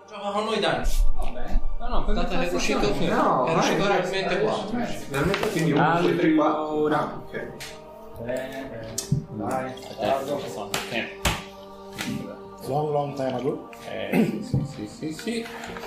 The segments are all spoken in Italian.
Gioca con noi Dani. Vabbè. No, tanto è riuscito realmente 4. Veramente quindi 1, 2, 3, 4. Allora. Ok. Dai. Long time ago. Sì.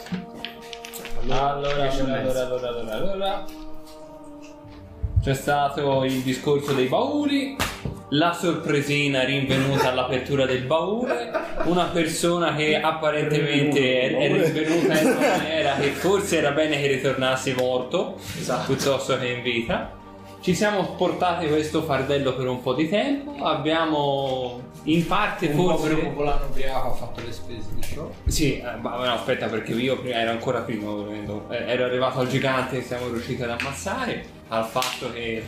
Allora. C'è stato il discorso dei bauli, la sorpresina rinvenuta all'apertura del baule, una persona che apparentemente è rinvenuta in una maniera che forse era bene che ritornasse morto, piuttosto che in vita. Ci siamo portati questo fardello per un po' di tempo, abbiamo in parte un forse... povero popolano ubriaco ha fatto le spese di ciò. Sì, ma no, aspetta, perché io prima ero ancora prima, ero arrivato al gigante che siamo riusciti ad ammazzare, al fatto che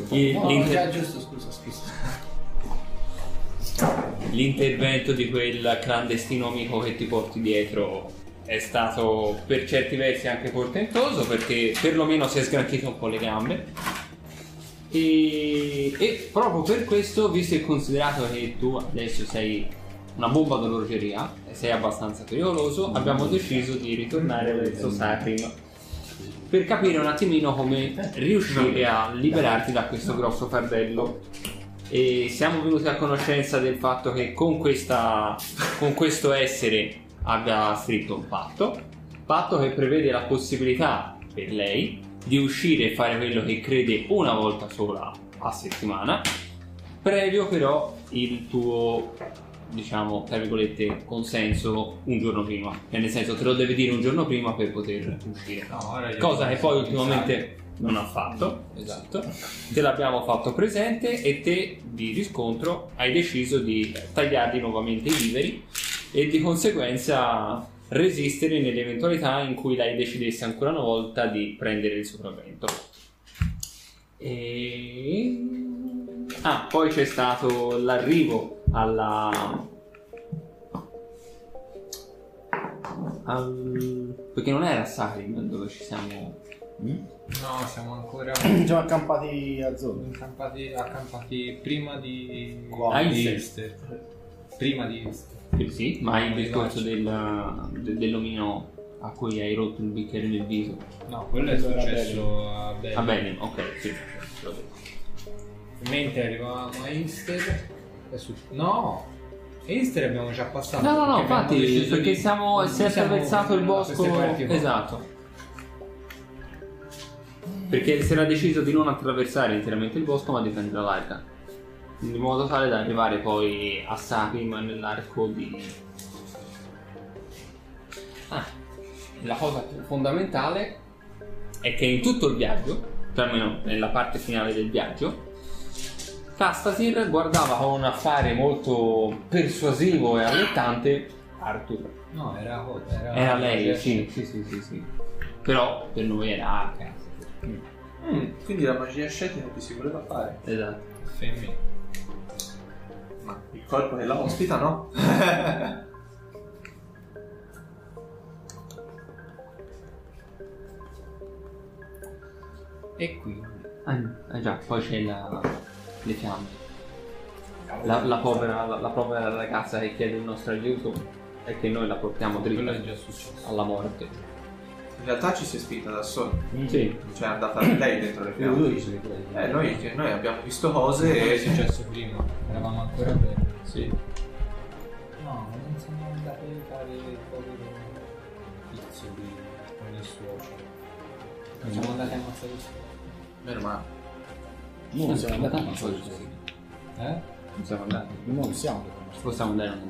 l'intervento di quel clandestino amico che ti porti dietro è stato per certi versi anche portentoso, perché perlomeno si è sgranchito un po' le gambe. E proprio per questo, visto e considerato che tu adesso sei una bomba d'orologeria e sei abbastanza pericoloso, abbiamo deciso di ritornare verso Sacrim per capire un attimino come riuscire a liberarti da questo grosso fardello. E siamo venuti a conoscenza del fatto che con questo essere abbia scritto un patto che prevede la possibilità per lei di uscire e fare quello che crede una volta sola a settimana, previo però il tuo, diciamo, tra virgolette, consenso un giorno prima, cioè nel senso te lo deve dire un giorno prima per poter uscire, cosa che poi ultimamente non ha fatto. Esatto, te l'abbiamo fatto presente e te di riscontro hai deciso di tagliarli nuovamente i viveri e di conseguenza resistere nell'eventualità in cui lei decidesse ancora una volta di prendere il sopravvento. Poi c'è stato l'arrivo perché non era Sacrim dove ci siamo. No, siamo ancora Siamo accampati a zona. accampati prima di Easter. Prima di Easter. Sì, ma il discorso dell'omino a cui hai rotto il bicchiere nel viso. No, quello è successo a Bellingham. A Bellingham, ok, sì. Mentre arrivavamo a Easter no, Easter abbiamo già passato. No, infatti, perché si è attraversato il bosco. Esatto. Perché si era deciso di non attraversare interamente il bosco, ma di prendere l'arca, in modo tale da arrivare poi a Sacrim nell'arco di... La cosa più fondamentale è che in tutto il viaggio, cioè almeno nella parte finale del viaggio, Castasir guardava con un affare molto persuasivo e allettante Arthur. No, era lei, sì. Però per noi era Arca. Quindi la magia scelta che si voleva fare. Esatto. Femmina. Ma il corpo che la ospita, no? E quindi Già, poi c'è le fiamme. La povera ragazza che chiede il nostro aiuto e che noi la portiamo quello dritta è già successo. alla morte. In realtà ci si è spinta da sola. Sì. Cioè è andata lei dentro le fiamme. Noi abbiamo visto cose Quello è e... successo prima, eravamo ancora bene. Sì. No, non siamo andati a aiutare il povero tizio con il suo. Non siamo andati a ammazzare il suo. Meno male. Non siamo andati. Non siamo andati. Non siamo. Possiamo andare avanti.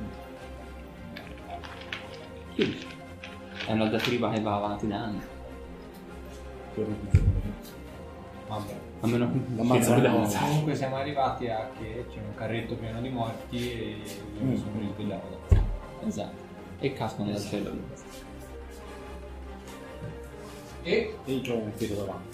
Chiudi. È una diatriba che va avanti da anni. Vabbè. A meno Comunque siamo arrivati a che c'è un carretto pieno di morti e io mi sono risvegliato. Esatto. E cascano dal cielo. E io trovo un filo davanti.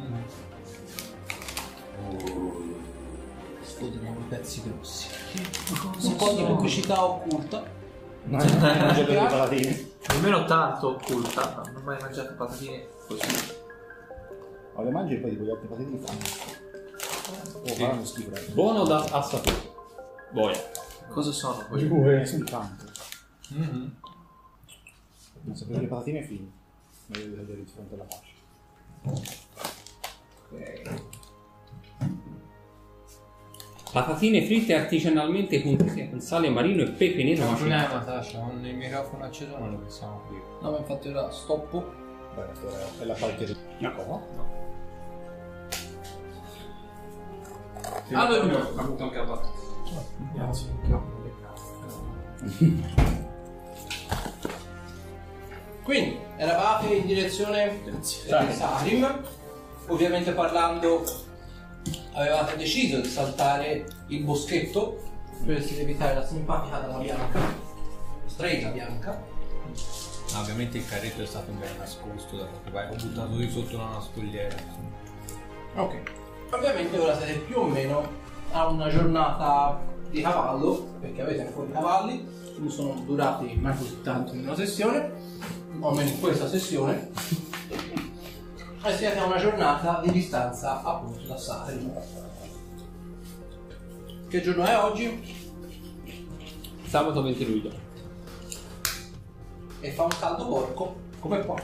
Sfoderiamo i pezzi grossi. Un po' di pubblicità occulta. Non mangiate le patatine. Nemmeno tanto occulta. Non ho mai mangiato patatine così. Ma le mangi e poi tipo gli altri patatine fanno. Faranno schifo. Buono da assapore. Boia. Cosa sono poi? Sono tanto. Se prendete le patatine è finito. Meglio di vedere di fronte alla faccia. Patatine fritte artigianalmente condite con sale marino e pepe nero Non macinato. problema, Sasha, con il microfono acceso non lo possiamo qui. No, ma infatti ora stoppo. Beh, è la parte del... No. Allora, ho avuto anche la battuta. Grazie. quindi eravate in direzione di Sarim. Ovviamente parlando, avevate deciso di saltare il boschetto per evitare la simpatica dalla bianca, strega bianca. Ovviamente il carretto è stato ben nascosto da qualche parte, ho buttato di sotto una nascogliera. Ok. Ovviamente ora siete più o meno a una giornata di cavallo, perché avete ancora i cavalli, non sono durati mai così tanto in una sessione, o almeno in questa sessione, e siete a una giornata di distanza appunto da Sarim. Che giorno è oggi? Sabato 20 luglio. E fa un caldo porco come qua.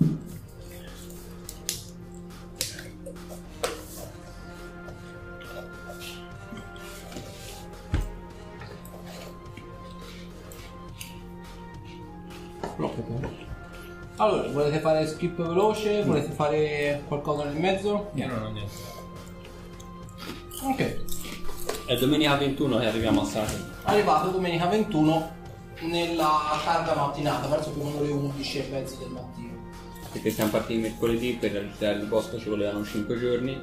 Allora, volete fare skip veloce? Volete fare qualcosa nel mezzo? Io non ho niente. Ok. È domenica 21 che arriviamo a Sarim. Arrivato domenica 21 nella tarda mattinata, verso più o meno le 11:30 del mattino. Perché siamo partiti mercoledì, per realizzare il bosco ci volevano 5 giorni.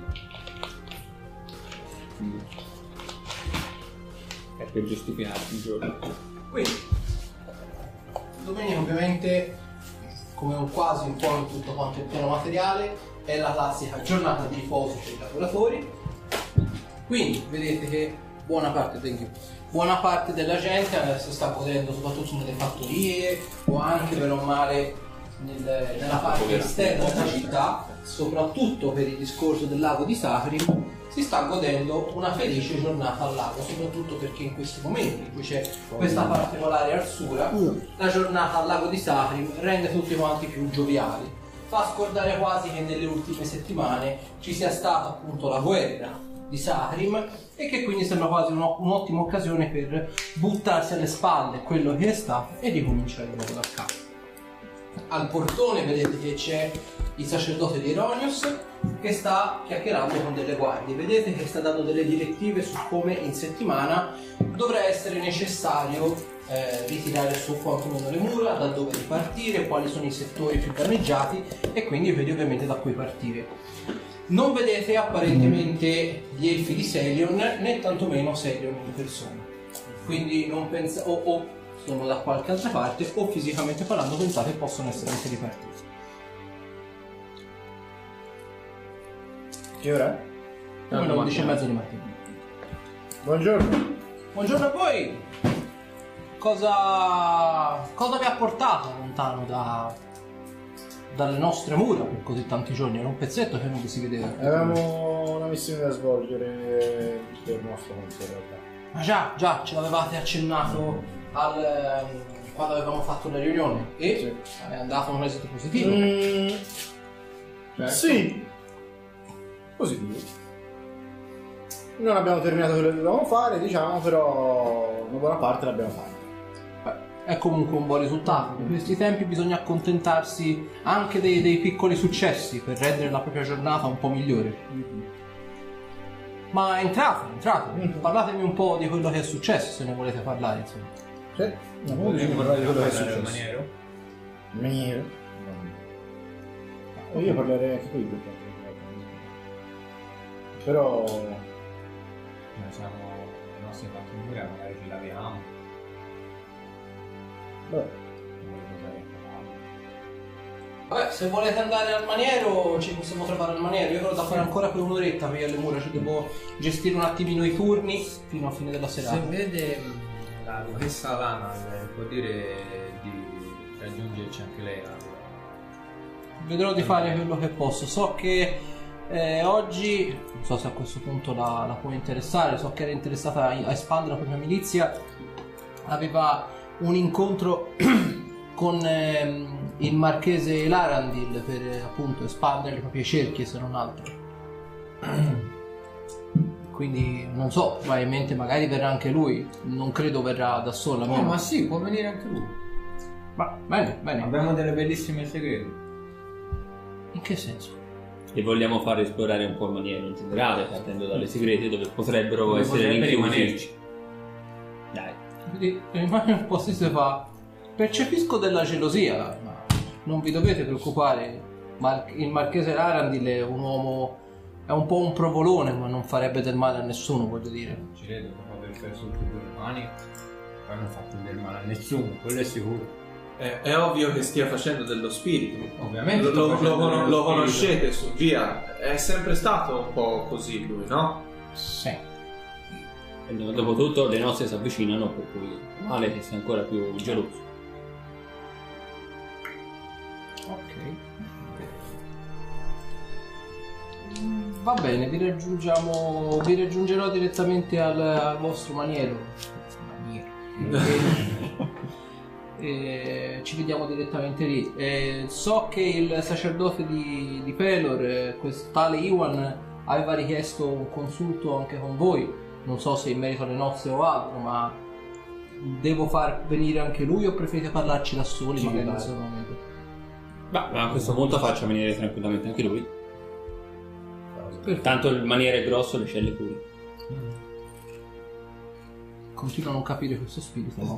È per giustificare il giorno. Quindi, domenica ovviamente, come quasi un po' in tutto quanto il piano materiale, è la classica giornata di riposo per i lavoratori. Quindi vedete che buona parte della gente adesso sta godendo soprattutto nelle fattorie o anche bene o male nella parte esterna della città, soprattutto per il discorso del lago di Sarim, si sta godendo una felice giornata al lago, soprattutto perché in questi momenti in cui c'è questa particolare arsura, la giornata al lago di Sarim rende tutti quanti più gioviali. Fa scordare quasi che nelle ultime settimane ci sia stata appunto la guerra di Sarim e che quindi sembra quasi un'ottima occasione per buttarsi alle spalle quello che è stato e ricominciare di nuovo da capo. Al portone vedete che c'è il sacerdote di Eronius che sta chiacchierando con delle guardie. Vedete che sta dando delle direttive su come in settimana dovrà essere necessario ritirare su quantomeno le mura, da dove ripartire, quali sono i settori più danneggiati e quindi vedi ovviamente da cui partire. Non vedete apparentemente gli elfi di Selion né tantomeno Selion in persona, quindi non pensa o sono da qualche altra parte o fisicamente parlando pensate che possono essere anche ripartiti. Che ora è? Come 11:30 di mattina. Buongiorno. Buongiorno a voi! Cosa vi ha portato lontano dalle nostre mura per così tanti giorni? Era un pezzetto che non vi si vedeva. Avevamo una missione da svolgere per il nostro conto in realtà. Ma già, ce l'avevate accennato quando avevamo fatto la riunione e è andato un esito positivo. Sì. Positivo. Non abbiamo terminato quello che dovevamo fare, diciamo, però una buona parte l'abbiamo fatta. È comunque un buon risultato. In questi tempi bisogna accontentarsi anche dei piccoli successi per rendere la propria giornata un po' migliore. Ma entrate. Parlatemi un po' di quello che è successo, se ne volete parlare, insomma. Sì, non voglio parlare di quello che è successo. Maniero? Maniero? No. Io parlerei anche qui. Però... Noi siamo le nostre fatture, magari ci laviamo. Vabbè, se volete andare al maniero ci possiamo trovare al maniero. Io ho da fare ancora per un'oretta qui alle mura, ci devo gestire un attimino i turni fino a fine della serata. Se vede la duchessa Lana, può dire di raggiungerci anche lei. Vedrò di fare quello che posso. So che oggi, non so se a questo punto la può interessare, so che era interessata a espandere la propria milizia. Aveva un incontro con il marchese Larandil per appunto espandere le proprie cerchie, se non altro. Quindi non so, probabilmente magari verrà anche lui. Non credo verrà da solo. No, ma sì, può venire anche lui. Ma bene, bene. Abbiamo delle bellissime segreti. In che senso? E vogliamo fare esplorare un po' il maniero in generale, partendo dalle segrete dove potrebbero Dove essere potrebbe rinchiusi. rimanerci. Dai. Quindi rimane un po' si fa. Percepisco della gelosia, ma non vi dovete preoccupare. Il marchese Larandil è un uomo, è un po' un provolone, ma non farebbe del male a nessuno, voglio dire. Ci credo, dopo aver perso tutte le mani, poi non ha fatto del male a nessuno, quello è sicuro. È ovvio che stia facendo dello spirito. Ovviamente Lo conoscete su via. È sempre stato un po' così lui, no? Sì. E dopotutto le nostre si avvicinano, per cui male che sia ancora più geloso. Ok. Va bene, vi raggiungerò direttamente al vostro maniero. E ci vediamo direttamente lì. So che il sacerdote di Pelor, questo tale Iwan, aveva richiesto un consulto anche con voi. Non so se in merito alle nozze o altro, ma devo far venire anche lui o preferite parlarci da soli? Sì, magari in dai. questo momento. Ma a questo punto faccia venire tranquillamente anche lui. Perfetto. Tanto il maniere è grosso, le scelle pure. Continuo a non capire questo spirito. No?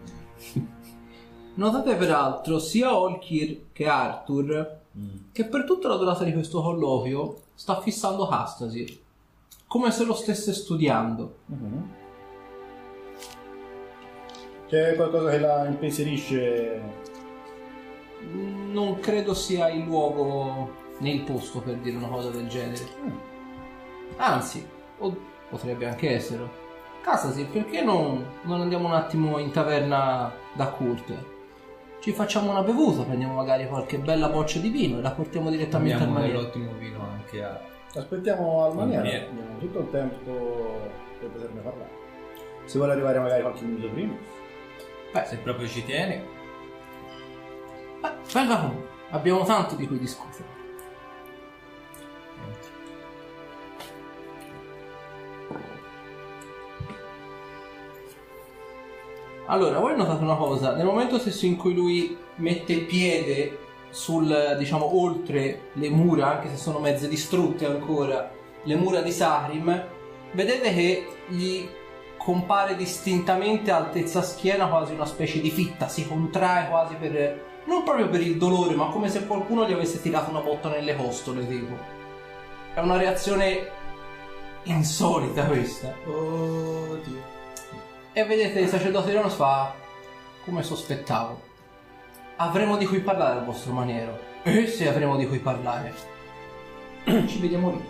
Notate peraltro sia Olkir che Arthur che per tutta la durata di questo colloquio sta fissando Hastasir come se lo stesse studiando. C'è qualcosa che la impensierisce? Non credo sia il luogo né il posto per dire una cosa del genere. Anzi, potrebbe anche esserlo. Hastasir, perché non andiamo un attimo in taverna da Kurt? Ci facciamo una bevuta, prendiamo magari qualche bella boccia di vino e la portiamo direttamente al Abbiamo maniero. dell'ottimo vino anche a... Aspettiamo al maniero, maniero. abbiamo tutto il tempo per poterne parlare. Se vuole arrivare magari qualche minuto prima. Se proprio ci tieni. Venga con me, abbiamo tanto di cui discutere. Allora, voi notate una cosa, nel momento stesso in cui lui mette il piede sul, diciamo, oltre le mura, anche se sono mezze distrutte ancora, le mura di Sahrim, vedete che gli compare distintamente a altezza schiena quasi una specie di fitta, si contrae quasi per... non proprio per il dolore, ma come se qualcuno gli avesse tirato una botta nelle costole, tipo. È una reazione insolita questa. Oddio. E vedete il sacerdote di Ronos fa: come sospettavo. Avremo di cui parlare al vostro maniero. E se avremo di cui parlare. Ci vediamo lì.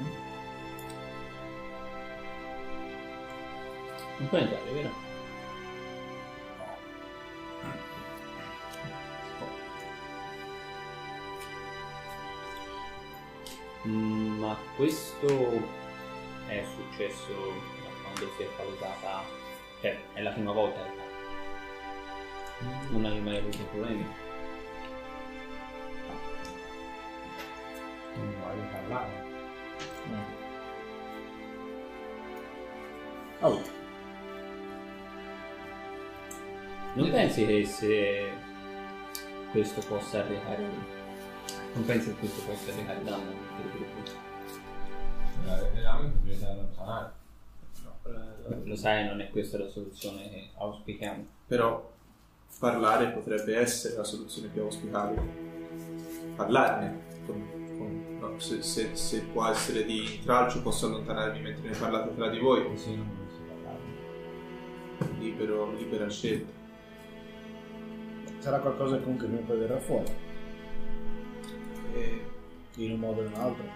Non puoi entrare, vero? Ma questo è successo da quando si è palesata, cioè è la prima volta che non hai mai avuto problemi. Non voglio parlare. Oh, Non pensi che se questo possa arrecare, non pensi che questo possa arrecare danno al gruppo? Veramente bisogna allontanare. Lo sai, non è questa la soluzione che auspichiamo. Però parlare potrebbe essere la soluzione più auspicabile. Parlarne. No, se può essere di intralcio posso allontanarmi mentre ne parlate tra di voi. Così non si parla. Libera scelta. sarà qualcosa che comunque prima o poi verrà fuori. In un modo o in un altro.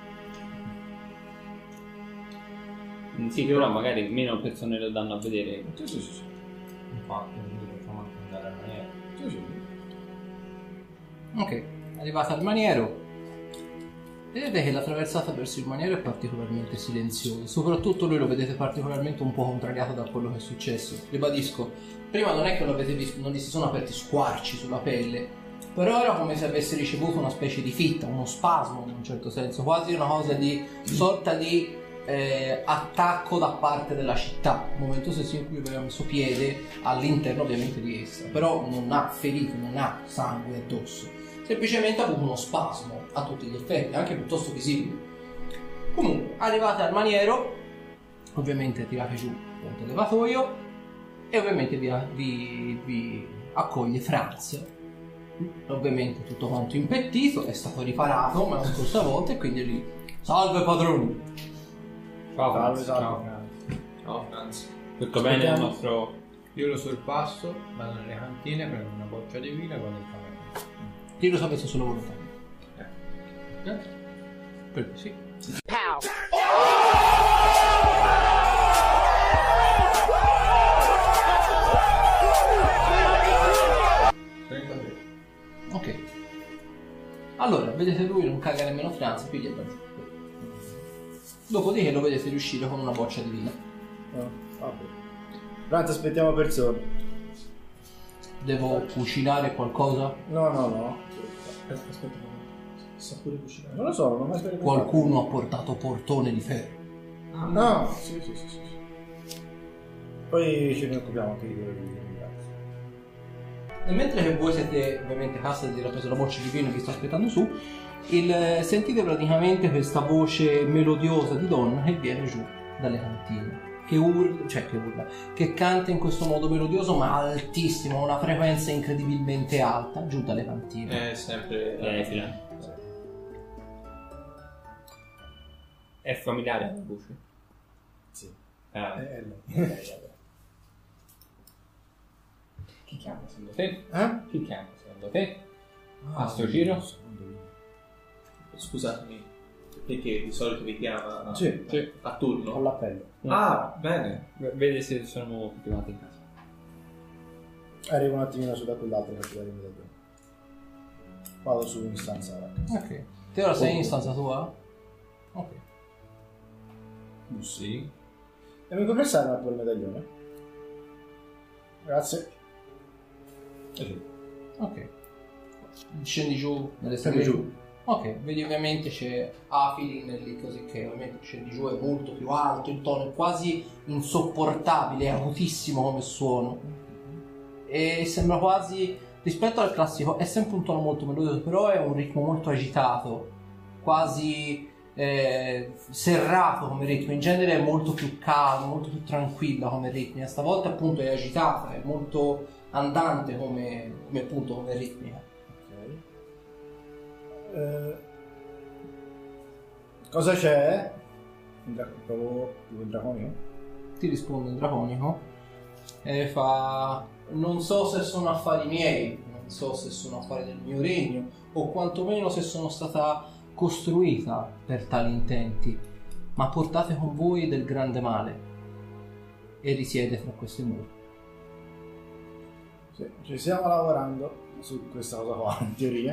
Sì, però magari meno persone lo danno a vedere. Sì. Infatti, quindi facciamo anche andare al maniero. Sì. Ok, arrivata al maniero. Vedete che la traversata verso il maniero è particolarmente silenziosa, soprattutto lui lo vedete particolarmente un po' contrariato da quello che è successo. Ribadisco, prima non è che lo avete visto, non gli si sono aperti squarci sulla pelle, però era come se avesse ricevuto una specie di fitta, uno spasmo in un certo senso, quasi una cosa di sorta di attacco da parte della città, il momento stesso in cui aveva messo piede all'interno ovviamente di essa, però non ha ferito, non ha sangue addosso, semplicemente ha avuto uno spasmo a tutti gli effetti, anche piuttosto visibile. Comunque, arrivate al maniero, ovviamente tirate giù il ponte levatoio e ovviamente vi accoglie Franz. Ovviamente tutto quanto impettito, è stato riparato ma la scorsa volta e quindi lì. Salve padroni! Ciao Salve, Franz. salve. No, Franz. Tutto bene il nostro... Io lo sorpasso, vado nelle cantine, prendo una boccia di vino e vado in camera. Tiro sapesse solo volontà. Perché sì. Ok. Allora, vedete lui non caga nemmeno Franz, piglia il benzina. Dopodiché lo vedete riuscire con una boccia di vino. Vabbè. Franz, aspettiamo persone. Devo cucinare qualcosa? No. Aspetta, sa pure cucinare. Non lo so, non ho mai sperimentato. Qualcuno ha portato portone di ferro. No, sì. Poi ce ne occupiamo anche di quello di E mentre che voi siete ovviamente cassa di aver preso la boccia di vino e vi sto aspettando su, sentite praticamente questa voce melodiosa di donna che viene giù dalle cantine, che urla, che canta in questo modo melodioso ma altissimo, a una frequenza incredibilmente alta giù dalle cantine. È sempre... Filan. È familiare la voce? Sì. Chi chiama secondo te? Eh? Chi chiama secondo te? A sto giro? Scusatemi, perché di solito vi chiama Sì. a turno? Con l'appello. Ah, bene. Vede se sono tutti quanti in casa. Arrivo un attimino su da quell'altro per tirare il medaglione. Vado su in stanza. Ok. Te ora sei in stanza tua? Ok. Sì. E mi puoi prestare un attimo il medaglione? Grazie. Ok. Scendi giù nelle Scendi scale? giù. Ok, vedi ovviamente c'è Afilin lì così che ovviamente scendi giù, è molto più alto, il tono è quasi insopportabile, è acutissimo come suono. E sembra quasi, rispetto al classico, è sempre un tono molto melodioso, però è un ritmo molto agitato, quasi serrato come ritmo. In genere è molto più calmo, molto più tranquilla come ritmica. Stavolta appunto è agitata, è molto andante come appunto come ritmica. Cosa c'è? Provo il draconico. Ti risponde il draconico e fa: non so se sono affari miei, non so se sono affari del mio regno, o quantomeno se sono stata costruita per tali intenti, ma portate con voi del grande male e risiede fra queste mura. Sì, ci stiamo lavorando su questa cosa qua, in teoria.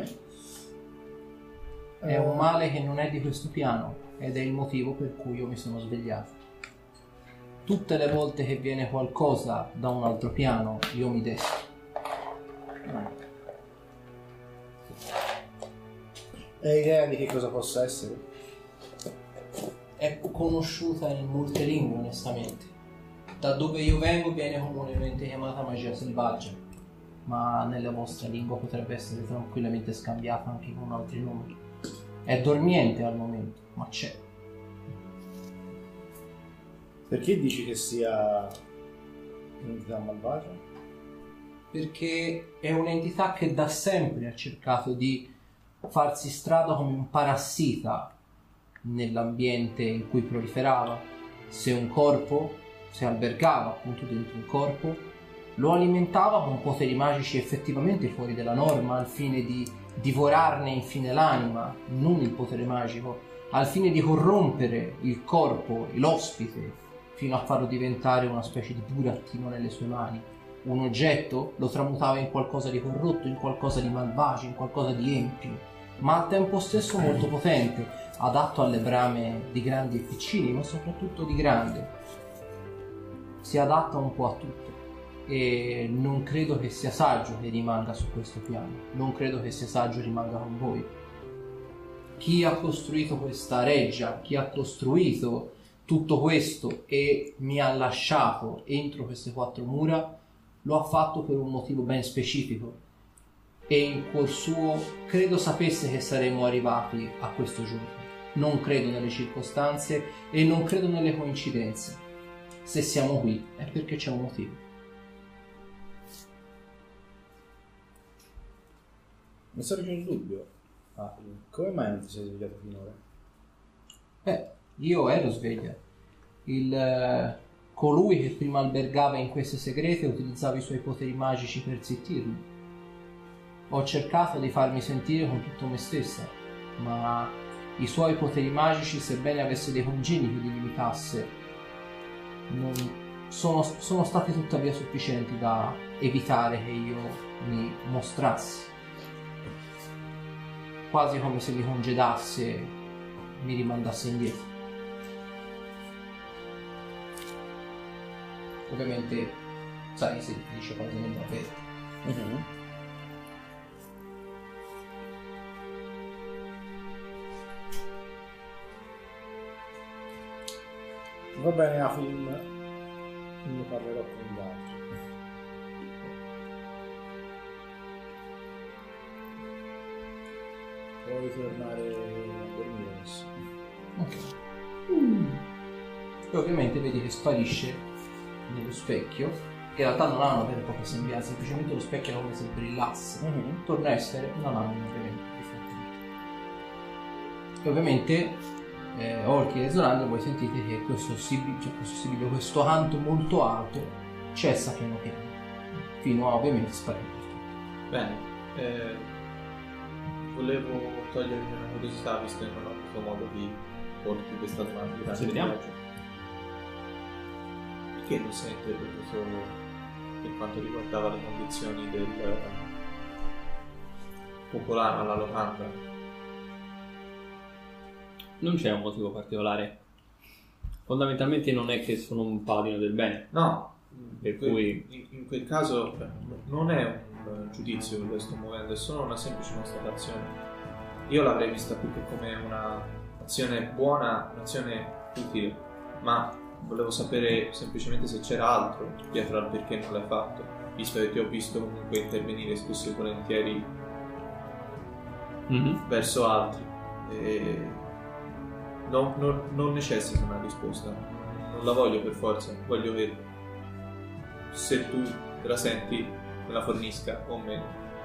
È un male che non è di questo piano ed è il motivo per cui io mi sono svegliato. Tutte le volte che viene qualcosa da un altro piano io mi desto. Hai idea di che cosa possa essere? È conosciuta in molte lingue onestamente. Da dove io vengo viene comunemente chiamata magia selvaggia, ma nella vostra lingua potrebbe essere tranquillamente scambiata anche con altri nomi. È dormiente al momento, ma c'è. Perché dici che sia un'entità malvagia? Perché è un'entità che da sempre ha cercato di farsi strada come un parassita nell'ambiente in cui proliferava. Se un corpo, se albergava appunto dentro un corpo, lo alimentava con poteri magici effettivamente fuori dalla norma, al fine di divorarne infine l'anima, non il potere magico, al fine di corrompere il corpo e l'ospite fino a farlo diventare una specie di burattino nelle sue mani. Un oggetto lo tramutava in qualcosa di corrotto, in qualcosa di malvagio, in qualcosa di empio, ma al tempo stesso molto potente. adatto alle brame di grandi e piccini, ma soprattutto di grande. Si adatta un po' a tutto e non credo che sia saggio che rimanga su questo piano, non credo che sia saggio rimanga con voi. Chi ha costruito questa reggia, chi ha costruito tutto questo e mi ha lasciato entro queste 4 mura, lo ha fatto per un motivo ben specifico e in cuor suo credo sapesse che saremmo arrivati a questo giorno. Non credo nelle circostanze e non credo nelle coincidenze. Se siamo qui è perché c'è un motivo. Mi sorge un dubbio. Come mai non ti sei svegliato finora? Io ero sveglia. Colui che prima albergava in queste segrete utilizzava i suoi poteri magici per zittirmi. Ho cercato di farmi sentire con tutto me stessa, ma i suoi poteri magici, sebbene avesse dei congeni che li limitasse, non sono stati tuttavia sufficienti da evitare che io mi mostrassi. Quasi come se mi congedasse, mi rimandasse indietro. Ovviamente, sai, si dice quasi nella vero. Va bene, a film ne parlerò con gli altri. Puoi tornare a dormire adesso. Ok. E ovviamente vedi che sparisce nello specchio, che in realtà non ha una vera e propria sembianza, semplicemente lo specchio è come se brillasse. Torna a essere una lamina ovviamente riflettente. E ovviamente Orchi e Zorander, voi sentite che questo sibilio, questo canto molto alto cessa piano piano, fino a ovviamente sparire. Bene, volevo togliermi una curiosità, visto che non ho avuto modo di porti questa domanda durante il viaggio. Perché non sei intervenuto per quanto riguardava le condizioni del popolano alla locanda? Non c'è un motivo particolare. Fondamentalmente non è che sono un paladino del bene. No, per cui in quel caso non è un giudizio che sto muovendo, è solo una semplice constatazione. Io l'avrei vista più che come un'azione buona, un'azione utile, ma volevo sapere semplicemente se c'era altro dietro al perché non l'hai fatto, visto che ti ho visto comunque intervenire spesso e volentieri verso altri. Non necessita una risposta, non la voglio per forza, voglio che se tu te la senti me la fornisca o meno,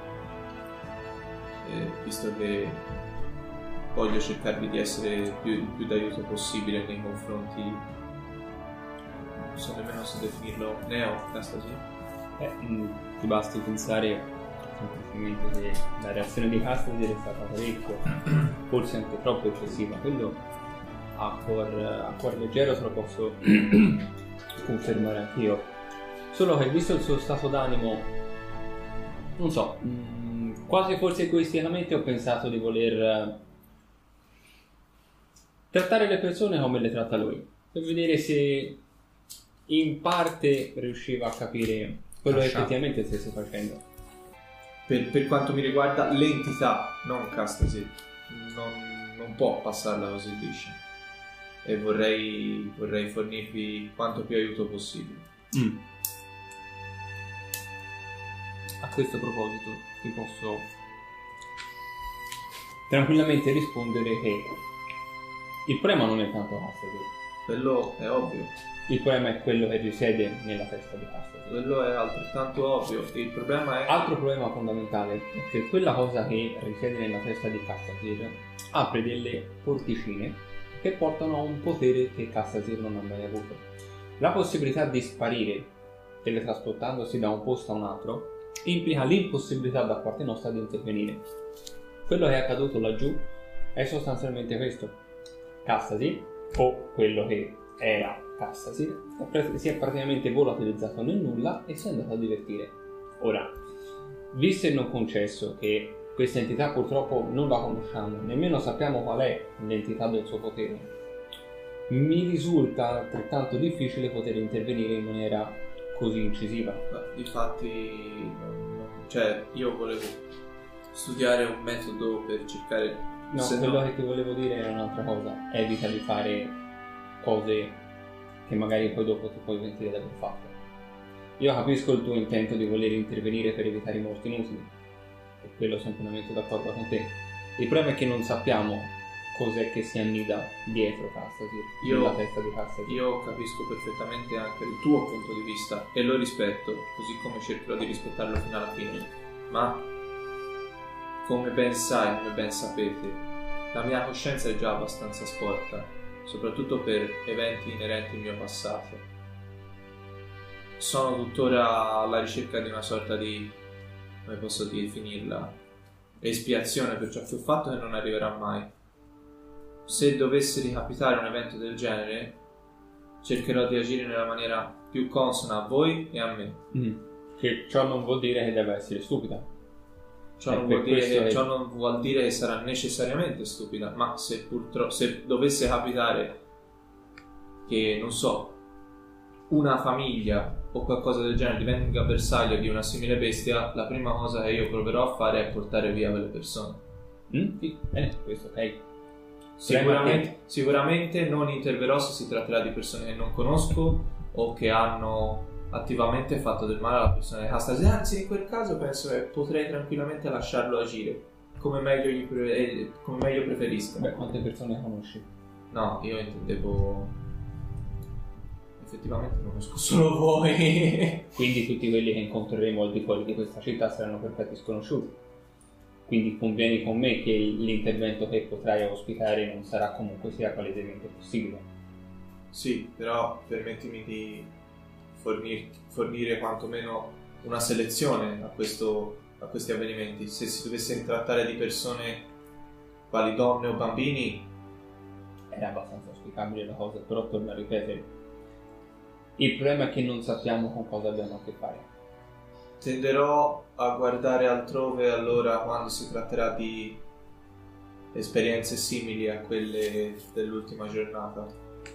visto che voglio cercarvi di essere il più d'aiuto possibile nei confronti, non so nemmeno se definirlo neo-Anastasia. Ti basti pensare semplicemente che la reazione di Castasia è stata parecchio, forse anche troppo eccessiva. Quello a cuor leggero te lo posso confermare anch'io, solo che visto il suo stato d'animo, non so, quasi forse egoisticamente ho pensato di voler trattare le persone come le tratta lui, per vedere se in parte riusciva a capire quello che effettivamente stesse facendo. Per quanto mi riguarda, l'entità, non Castasia, non può passarla così liscia. E vorrei fornirvi quanto più aiuto possibile. A questo proposito ti posso tranquillamente rispondere che il problema non è tanto Castasia. Quello è ovvio. Il problema è quello che risiede nella testa di Castasia. Quello è altrettanto ovvio. Il problema è... Altro problema fondamentale è che quella cosa che risiede nella testa di Castasia apre delle porticine che portano a un potere che Castasia non ha mai avuto. La possibilità di sparire teletrasportandosi da un posto a un altro implica l'impossibilità da parte nostra di intervenire. Quello che è accaduto laggiù è sostanzialmente questo: Castasia, o quello che era Castasia, si è praticamente volatilizzato nel nulla e si è andato a divertire. Ora, visto e non concesso che questa entità purtroppo non la conosciamo, nemmeno sappiamo qual è l'entità del suo potere. Mi risulta altrettanto difficile poter intervenire in maniera così incisiva. Difatti, cioè, io volevo studiare un metodo per cercare. No, quello che ti volevo dire è un'altra cosa. Evita di fare cose che magari poi dopo ti puoi pentire di aver fatto. Io capisco il tuo intento di voler intervenire per evitare i morti inutili, e quello sono pienamente d'accordo con te. Il problema è che non sappiamo cos'è che si annida dietro Castasir, nella testa di Castasir. Io capisco perfettamente anche il tuo punto di vista e lo rispetto, così come cercherò di rispettarlo fino alla fine. Ma come ben sai, come ben sapete, la mia coscienza è già abbastanza sporca, soprattutto per eventi inerenti al mio passato. Sono tuttora alla ricerca di una sorta di, come posso definirla, espiazione per ciò che ho fatto che non arriverà mai. Se dovesse ricapitare un evento del genere, cercherò di agire nella maniera più consona a voi e a me. Che ciò non vuol dire che deve essere stupida. Ciò non vuol dire che sarà necessariamente stupida, ma se dovesse capitare che, non so, una famiglia o qualcosa del genere divenga bersaglio di una simile bestia, la prima cosa che io proverò a fare è portare via quelle persone. Sì, bene, questo ok. Sicuramente non interverrò se si tratterà di persone che non conosco o che hanno attivamente fatto del male alla persona di Castasir. Anzi, in quel caso penso che potrei tranquillamente lasciarlo agire come meglio preferisca. Beh, quante persone conosci? No, io intendevo, effettivamente conosco solo voi. Quindi tutti quelli che incontreremo al di fuori di questa città saranno perfetti sconosciuti. Quindi convieni con me che l'intervento che potrai ospitare non sarà comunque sia palesemente possibile. Sì, però permettimi di fornire quantomeno una selezione a questi avvenimenti. Se si dovesse trattare di persone quali donne o bambini, era abbastanza auspicabile la cosa, però torno a ripetere, il problema è che non sappiamo con cosa abbiamo a che fare. Tenderò a guardare altrove allora quando si tratterà di esperienze simili a quelle dell'ultima giornata.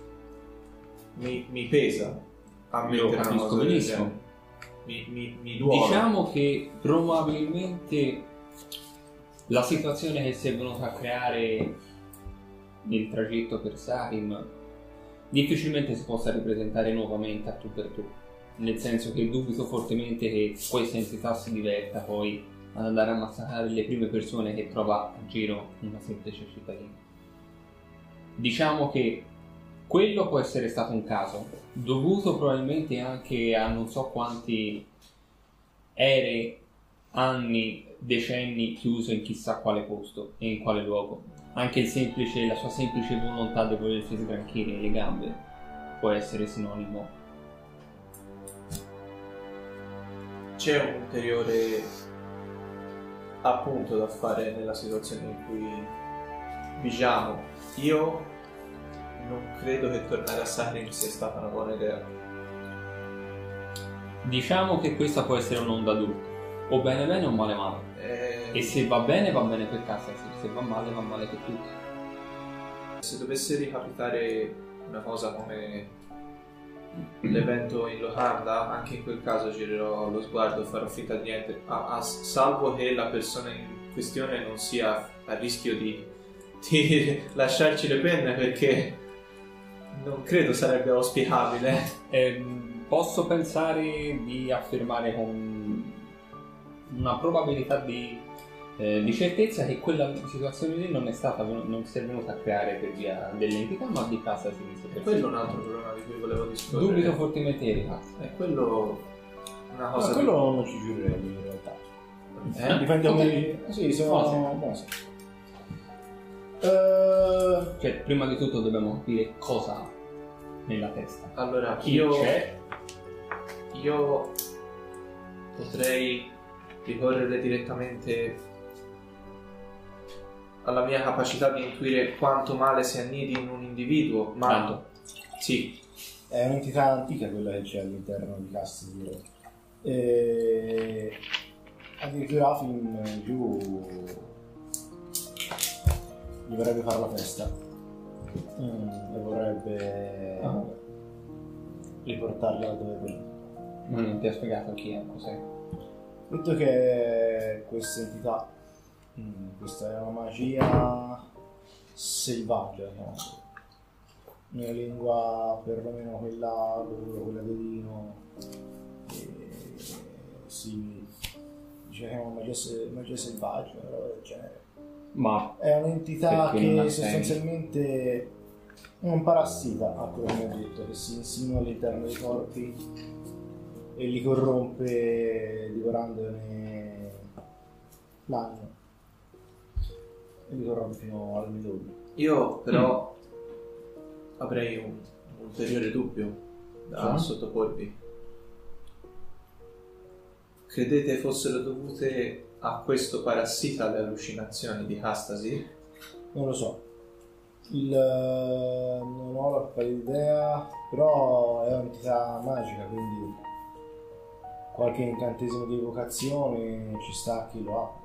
Mi pesa ammettere una cosa del genere. Mi duole. Diciamo che probabilmente la situazione che si è venuta a creare nel tragitto per Sarim difficilmente si possa ripresentare nuovamente a tu per tu. Nel senso che dubito fortemente che questa entità si diverta poi ad andare a massacrare le prime persone che trova a giro una semplice cittadina. Diciamo che quello può essere stato un caso, dovuto probabilmente anche a non so quanti ere, anni, decenni chiuso in chissà quale posto e in quale luogo. Anche la sua semplice volontà di volersi sgranchire le gambe può essere sinonimo. C'è un ulteriore appunto da fare nella situazione in cui vigiamo. Io non credo che tornare a Sarim sia stata una buona idea. Diciamo che questa può essere un'onda d'urto, o bene o male male. E se va bene per Castasir, se va male per tutti. Se dovesse ricapitare una cosa come l'evento in locanda, anche in quel caso girerò lo sguardo e farò finta di niente, salvo che la persona in questione non sia a rischio di lasciarci le penne, perché non credo sarebbe auspicabile. Posso pensare di affermare con una probabilità di certezza che quella situazione lì non si è venuta a creare per via dell'entità, ma di casa si inizia per quello è un altro problema di cui volevo discutere. Dubito fortemente di ragazzi. È quello una cosa. Ma quello non ci giurerei in realtà. Dipende come. Sì, sono buono. Cioè, prima di tutto dobbiamo capire cosa ha nella testa. Allora, Chi c'è? Io potrei ricorrere direttamente alla mia capacità di intuire quanto male si annidi in un individuo, ma Tanto. sì, È un'entità antica quella che c'è all'interno di Castasir. addirittura fin giù gli vorrebbe fare la festa e vorrebbe riportarla dove è venuta. Non ti ha spiegato chi è, cos'è? Detto che questa entità, questa è una magia selvaggia, chiamata. Nella lingua perlomeno quella d'Odino, si dice che è una magia selvaggia, una roba del genere. Ma È un'entità perché non ha che sostanzialmente è un parassita, a quello che mi ha detto, che si insinua all'interno dei corpi e li corrompe divorandone l'anima e li corrompe fino al midollo. Io però avrei un ulteriore dubbio da sottoporvi. Credete fossero dovute a questo parassita le allucinazioni di Castasi? Non lo so, non ho la pallida idea, però è un'entità magica, quindi qualche incantesimo di evocazione ci sta a chi lo ha.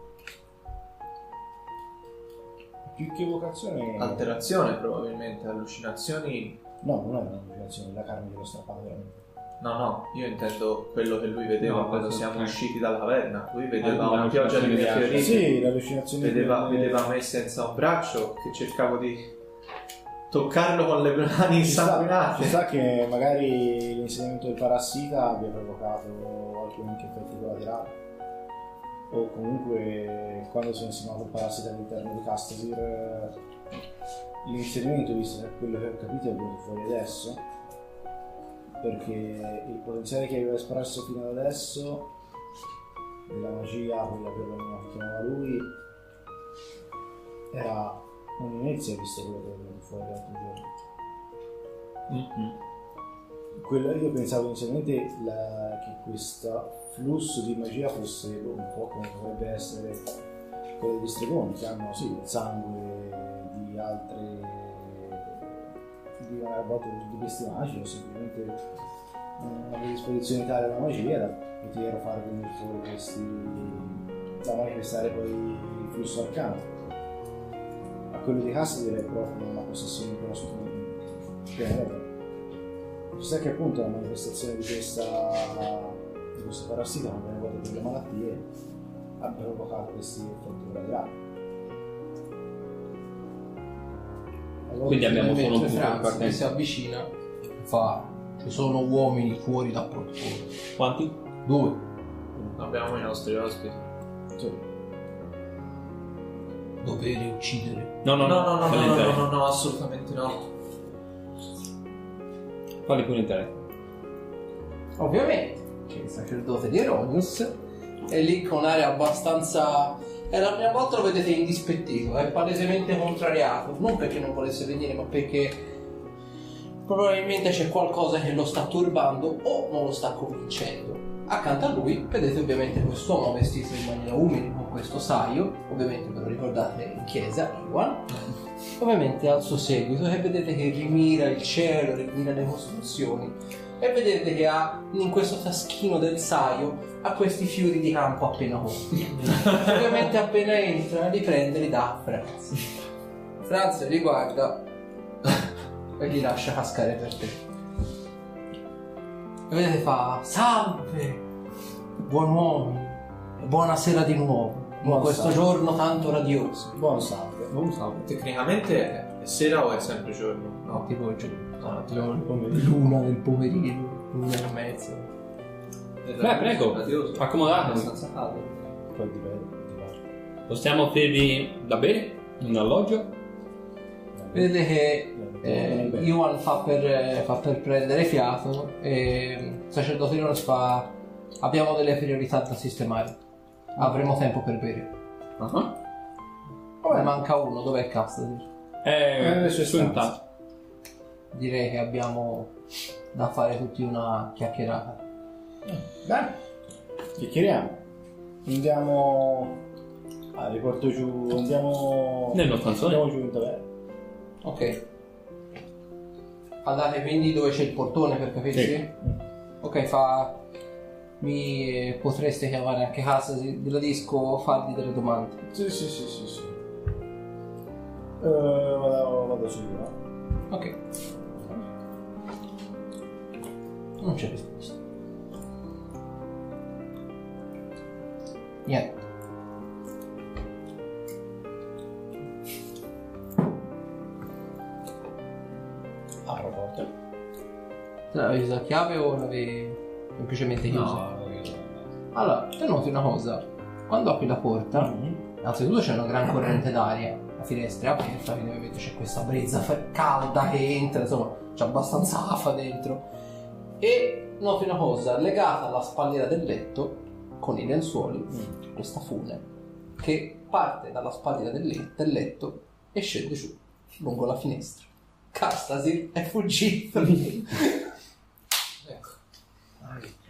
Più che evocazione... Alterazione probabilmente, allucinazioni... No, non è un'allucinazione, la carne glielo strappa veramente. No, io intendo quello che lui vedeva No, quando questo siamo ok. usciti dalla caverna. Lui vedeva una l'allucinazione pioggia di di acqua. meteoriti. Sì, le allucinazioni... Vedeva me senza un braccio che cercavo di toccarlo con le mani insanguinate. Ci sta che magari l'insegnamento del parassita abbia provocato alcuni effetti collaterali. O comunque quando si è insinuato il parassita all'interno di Castasir, l'inserimento, visto che quello che ho capito è venuto fuori adesso, perché il potenziale che aveva espresso fino ad adesso della magia, quella che chiamava lui, era un'inizia, visto quello che è venuto fuori l'altro giorno. Io pensavo inizialmente che questo flusso di magia fosse un po' come potrebbe essere quello degli stregoni, che hanno sì il sangue di altre a volte di questi magici, o semplicemente una predisposizione tale alla magia da poter far venire fuori questi, da manifestare poi il flusso arcano. A quello di cassa direi proprio una possessione per assolutamente. Ci sta che appunto la manifestazione di questo parassita, quando viene vuoto per le malattie, abbia provocato questi effetti collaterali. quindi abbiamo solo un punto di Franz che si partenza. avvicina fa: ci sono uomini fuori da portone. Quanti? 2. Abbiamo i nostri ospiti. Sì. Dovere uccidere. No, No, assolutamente no. Quali pure interesse? Ovviamente c'è il sacerdote di Eronius, è lì con un'area abbastanza... È la prima volta lo vedete indispettito, è palesemente contrariato, non perché non volesse venire, ma perché probabilmente c'è qualcosa che lo sta turbando o non lo sta convincendo. Accanto a lui vedete ovviamente quest'uomo vestito in maniera umile con questo saio, ovviamente ve lo ricordate in chiesa, Iwan. Ovviamente al suo seguito, e vedete che rimira il cielo, rimira le costruzioni, e vedete che ha in questo taschino del saio ha questi fiori di campo appena colti. Ovviamente appena entra li prende e li dà a Franz. Franz li guarda e li lascia cascare per te. E vedete fa: salve, buon uomini, e buonasera di nuovo in Buon questo salve. giorno tanto radioso. Buon salve. Non so. Tecnicamente è sera o è sempre giorno? No, tipo il giorno. No, L'una del pomeriggio, l'una e mezza. Beh, prego, accomodatevi. Abbastanza caldo. Poi dipende. Possiamo offrirvi da bere? Un alloggio? Vedete che Iwan fa per prendere fiato e il sacerdote non fa: abbiamo delle priorità da sistemare, avremo tempo per bere. Ne manca uno, dov'è Castasir? le sue su stanze. intanto. Direi che abbiamo da fare tutti una chiacchierata. Bene, chiacchieriamo. Andiamo. Riporto giù. Andiamo. Nello stanzone? Andiamo giù in taverna. Ok. Andate quindi dove c'è il portone, per capirsi? Sì. Ok, fa... mi potreste chiamare anche casa della disco o fargli delle domande. Sì. Vado sicuro. Ok. Non c'è risposta. Niente. Apro la porta. L'avevi usato la chiave o l'avevi semplicemente chiusa? No, Allora, te noti una cosa. Quando apri la porta, anzitutto c'è una gran corrente d'aria. La finestra è aperta, quindi ovviamente c'è questa brezza calda che entra, insomma, c'è abbastanza afa dentro. E noti una cosa, legata alla spalliera del letto, con i lenzuoli, questa fune, che parte dalla spalliera del letto e scende giù, lungo la finestra. Castasir è fuggito. ecco.